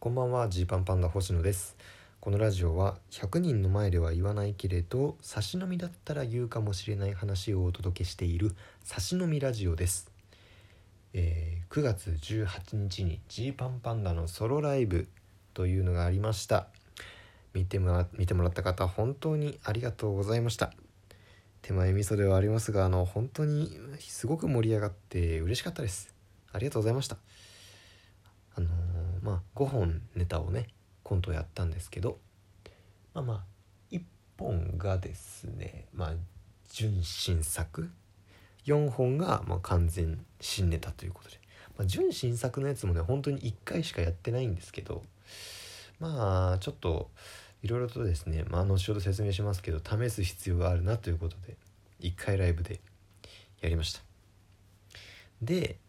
こんばんは、ジーパンパンダ星野です。このラジオは100人の前では言わないけれど差し飲みだったら言うかもしれない話をお届けしている差し飲みラジオです。9月18日にジーパンパンダのソロライブというのがありました。見てもらった方本当にありがとうございました。手前味噌ではありますが本当にすごく盛り上がって嬉しかったです。ありがとうございました。5本ネタをねコントやったんですけど、1本がですね純新作、4本が完全新ネタということで、純新作のやつもね本当に1回しかやってないんですけど、ちょっといろいろとですね、後ほど説明しますけど試す必要があるなということで1回ライブでやりました。で、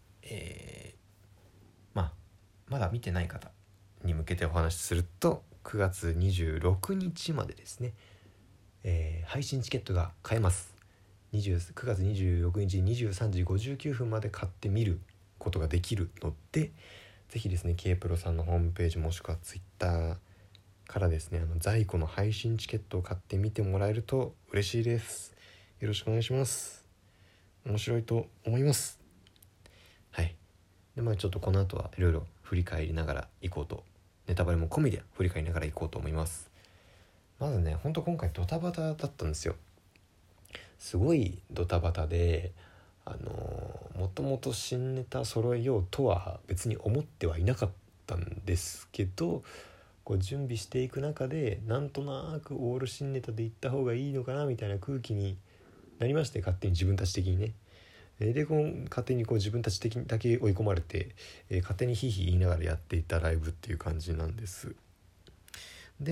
まだ見てない方に向けてお話しすると、9月26日までですね、配信チケットが買えます。9月26日23時59分まで買ってみることができるので、ぜひですね K プロさんのホームページもしくは Twitter からですね在庫の配信チケットを買ってみてもらえると嬉しいです。よろしくお願いします。面白いと思います。はい。でちょっとこの後はいろいろ振り返りながら行こうと、ネタバレも込みで振り返りながら行こうと思います。まずね今回ドタバタだったんですよ。すごいドタバタで、もともと新ネタ揃えようとは別に思ってはいなかったんですけど、準備していく中でなんとなくオール新ネタで行った方がいいのかなみたいな空気になりまして、勝手に自分たち的にね。で勝手に自分たち的にだけ追い込まれて、勝手にヒーヒー言いながらやっていたライブっていう感じなんです。で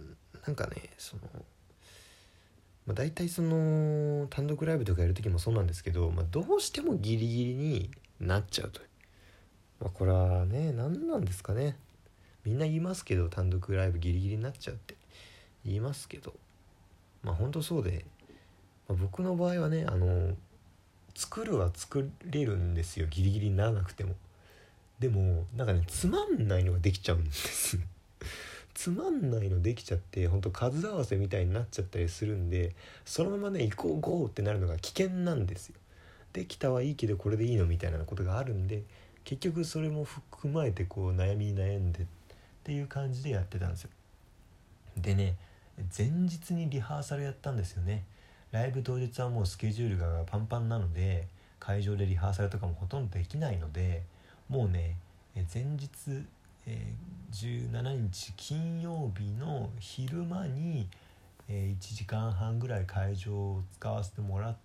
大体単独ライブとかやる時もそうなんですけど、どうしてもギリギリになっちゃうと、これはね何なんですかね。みんな言いますけど単独ライブギリギリになっちゃうって言いますけど、本当そうで、僕の場合はね作れるんですよ、ギリギリにならなくても。でもつまんないのができちゃうんですつまんないのできちゃって、本当数合わせみたいになっちゃったりするんで、そのままね行こうゴーってなるのが危険なんですよ。できたはいいけどこれでいいのみたいなことがあるんで、結局それも踏まえて悩み悩んでっていう感じでやってたんですよ。でね、前日にリハーサルやったんですよね。ライブ当日はもうスケジュールがパンパンなので、会場でリハーサルとかもほとんどできないので、もうね前日、17日金曜日の昼間に、1時間半ぐらい会場を使わせてもらって、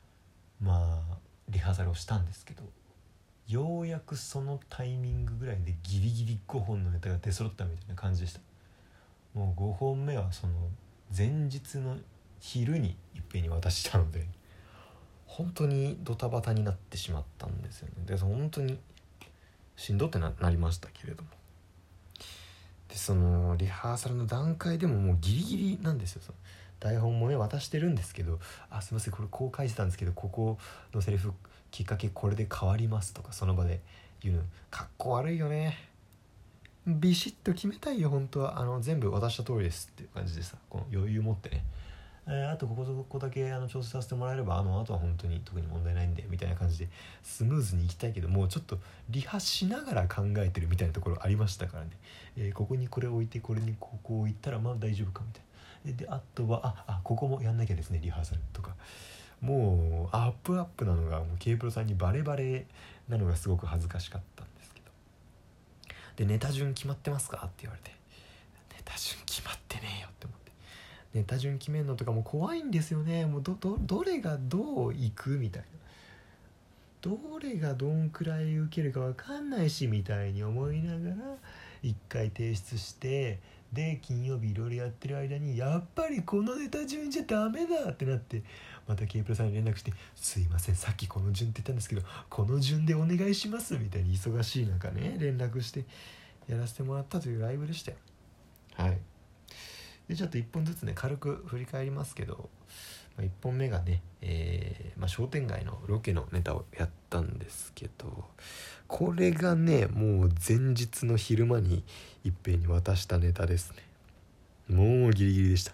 リハーサルをしたんですけど、ようやくそのタイミングぐらいでギリギリ5本のネタが出揃ったみたいな感じでした。もう5本目はその前日の昼にいっぺんに渡したので、本当にドタバタになってしまったんですよね。で本当にしんどってなりましたけれども、でそのリハーサルの段階でももうギリギリなんですよ。その台本もね渡してるんですけど、すいませんこれこう書いてたんですけど、ここのセリフきっかけこれで変わりますとかその場で言うのかっこ悪いよね。ビシッと決めたいよ本当は。全部渡した通りですっていう感じでさ、この余裕持ってね、あとここだけ調整させてもらえればあとは本当に特に問題ないんでみたいな感じでスムーズにいきたいけど、もうちょっとリハしながら考えてるみたいなところありましたからね。ここにこれ置いてこれにここ置いたら大丈夫かみたいな。であとはここもやんなきゃですねリハーサルとか、もうアップなのがもう K プロさんにバレバレなのがすごく恥ずかしかったんですけど、でネタ順決まってますかって言われて、ネタ順決まってねえよって思って、ネタ順決めるのとかも怖いんですよね。もうどれがどういくみたいな、どれがどんくらい受けるか分かんないしみたいに思いながら一回提出して、で金曜日いろいろやってる間にやっぱりこのネタ順じゃダメだってなって、また K プロさんに連絡して、すいませんさっきこの順って言ったんですけどこの順でお願いしますみたいに忙しい中ね連絡してやらせてもらったというライブでしたよ。はい。でちょっと1本ずつね軽く振り返りますけど、 1本目がね、商店街のロケのネタをやったんですけど、これがねもう前日の昼間に一平に渡したネタですね。もうギリギリでした。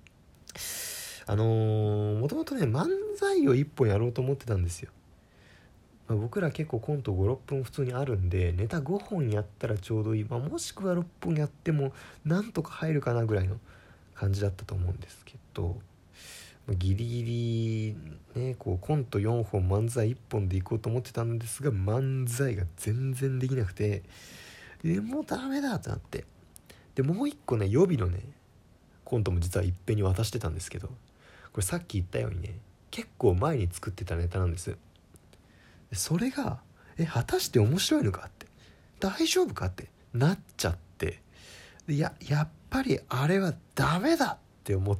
もともとね漫才を1本やろうと思ってたんですよ。僕ら結構コント5、6分普通にあるんで、ネタ5本やったらちょうどいい、もしくは6本やってもなんとか入るかなぐらいの感じだったと思うんですけど、ギリギリねこうコント4本漫才1本でいこうと思ってたんですが、漫才が全然できなくて、もうダメだってなって、でもう一個ね予備のねコントも実はいっぺんに渡してたんですけど、これさっき言ったようにね結構前に作ってたネタなんです。それが果たして面白いのかって、大丈夫かってなっちゃって、やっぱりあれはダメだって思って、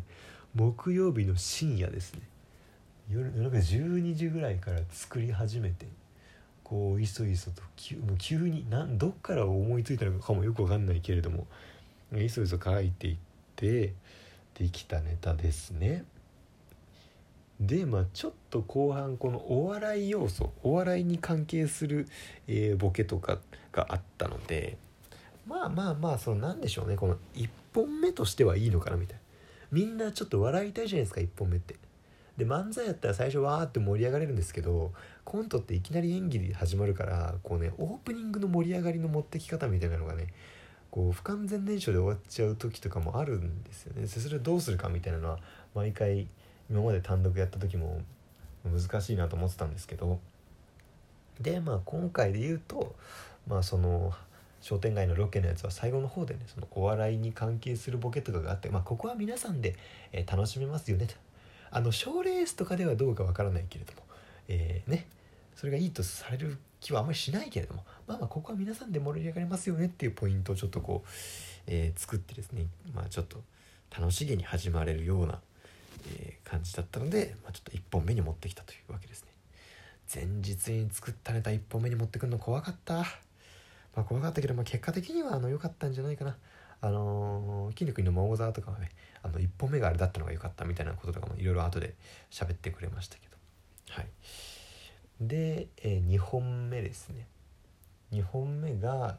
木曜日の深夜ですね、夜中12時ぐらいから作り始めて、こういそいそともう急にどっから思いついたのかもよく分かんないけれども、いそいそ書いていってできたネタですね。でちょっと後半このお笑い要素、お笑いに関係する、ボケとかがあったので、そのなんでしょうね、この1本目としてはいいのかなみたいな。みんなちょっと笑いたいじゃないですか1本目って。で漫才やったら最初わーって盛り上がれるんですけど、コントっていきなり演技で始まるから、こうねオープニングの盛り上がりの持ってき方みたいなのがね、こう不完全燃焼で終わっちゃう時とかもあるんですよね。それをどうするかみたいなのは毎回今まで単独やった時も難しいなと思ってたんですけど、で今回で言うとその商店街のロケのやつは最後の方でね、そのお笑いに関係するボケとかがあって、ここは皆さんで、楽しめますよねと。賞レースとかではどうかわからないけれども、それがいいとされる気はあんまりしないけれども、ここは皆さんで盛り上がりますよねっていうポイントをちょっとこう、作ってですね、ちょっと楽しげに始まれるような、感じだったので、ちょっと1本目に持ってきたというわけですね。前日に作ったネタ1本目に持ってくるの怖かった。怖かったけど、結果的には良かったんじゃないかな。筋肉の桃沢とかはね、1本目があれだったのが良かったみたいなこととかもいろいろ後で喋ってくれましたけど、はい。で、2本目ですね。2本目が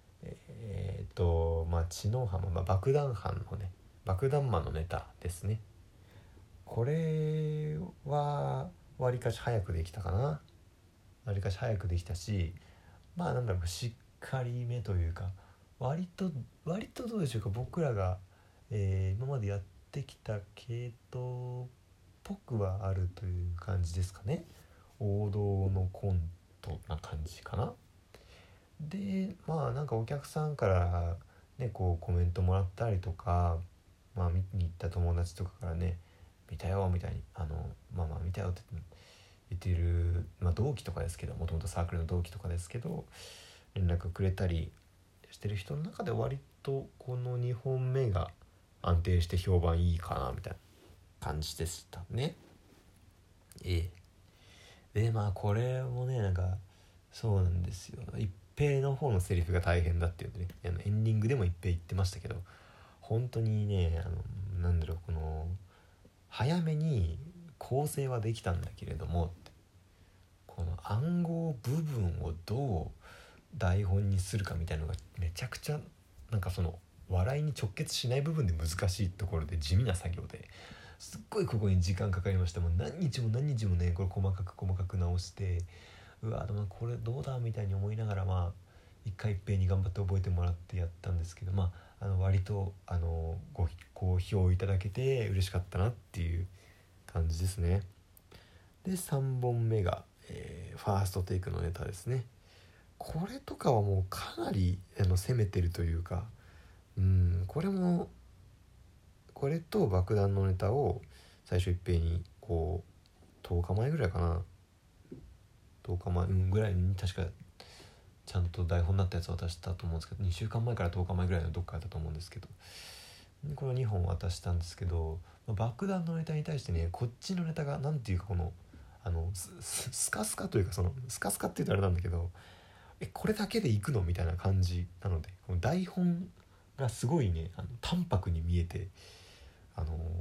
知能犯、爆弾犯のね、爆弾魔のネタですね。これはわりかし早くできたかな。わりかし早くできたし、しっかりめというか、割とどうでしょうか、僕らが、今までやってきた系統っぽくはあるという感じですかね。王道のコントな感じかな。でお客さんからねこうコメントもらったりとか、見に行った友達とかからね、見たよみたいに見たよって言っている、同期とかですけど、もともとサークルの同期とかですけど、連絡くれたりしてる人の中で割とこの2本目が安定して評判いいかなみたいな感じでしたね。でこれもねそうなんですよ。一平の方のセリフが大変だっていうね、エンディングでも一平言ってましたけど、本当にねこの早めに構成はできたんだけれども、この暗号部分をどう台本にするかみたいなのがめちゃくちゃその笑いに直結しない部分で難しいところで地味な作業で、すっごいここに時間かかりました。もう何日もねこれ細かく直して、でもこれどうだみたいに思いながら一回一平に頑張って覚えてもらってやったんですけど、割とご好評いただけて嬉しかったなっていう感じですね。で3本目が、ファーストテイクのネタですね。これとかはもうかなり攻めてるというか、これと爆弾のネタを最初一平にこう10日前ぐらいかな、10日前ぐらいに確かちゃんと台本になったやつを渡したと思うんですけど、2週間前から10日前ぐらいのどっかだったと思うんですけど、この2本渡したんですけど、爆弾のネタに対してね、こっちのネタがなんていうか、このスカスカというか、そのスカスカっていうとあれなんだけど、これだけでいくのみたいな感じなので、この台本がすごいね淡白に見えて、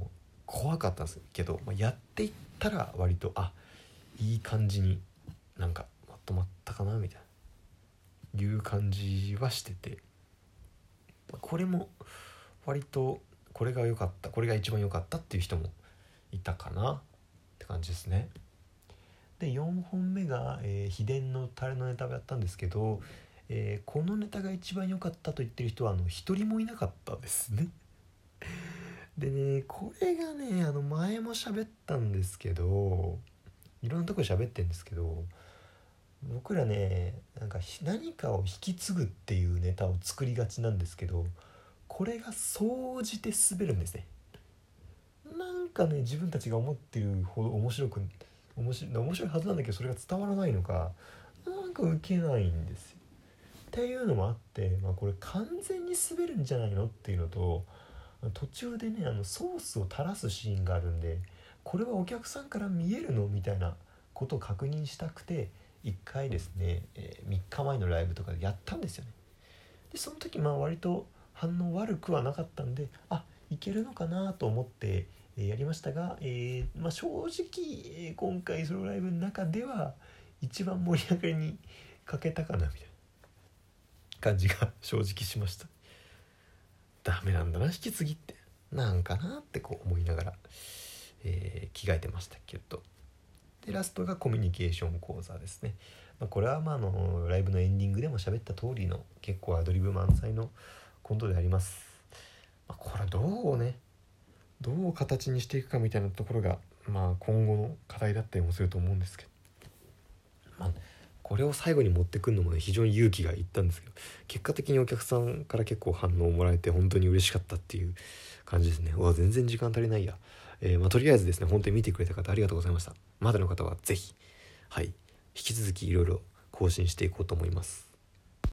怖かったんですけど、やっていったら割といい感じになんかまとまったかなみたいないう感じはしてて、これも割とこれが良かった、これが一番良かったっていう人もいたかなって感じですね。で4本目が、秘伝のタレのネタをやったんですけど、このネタが一番良かったと言ってる人は一人もいなかったですね。でね、これがね前も喋ったんですけど、いろんなところで喋ってるんですけど、僕らねなんか何かを引き継ぐっていうネタを作りがちなんですけど、これが総じて滑るんですね。なんかね自分たちが思ってるほど面白いはずなんだけど、それが伝わらないのかなんかウケないんですよっていうのもあって、これ完全に滑るんじゃないのっていうのと、途中でねソースを垂らすシーンがあるんで、これはお客さんから見えるのみたいなことを確認したくて1回ですね、3日前のライブとかでやったんですよね。でその時割と反応悪くはなかったんで、いけるのかなと思ってやりましたが、正直、今回そのライブの中では一番盛り上がりに欠けたかなみたいな感じが正直しました。ダメなんだな引き継ぎってなんかなって思いながら、着替えてましたけど、でラストがコミュニケーション講座ですね。これはライブのエンディングでも喋った通りの結構アドリブ満載のコントであります。これどう形にしていくかみたいなところが今後の課題だったりもすると思うんですけど、これを最後に持ってくるのもね非常に勇気がいったんですけど、結果的にお客さんから結構反応をもらえて本当に嬉しかったっていう感じですね。全然時間足りないや。とりあえずですね、本当に見てくれた方ありがとうございました。まだの方はぜひ引き続きいろいろ更新していこうと思います。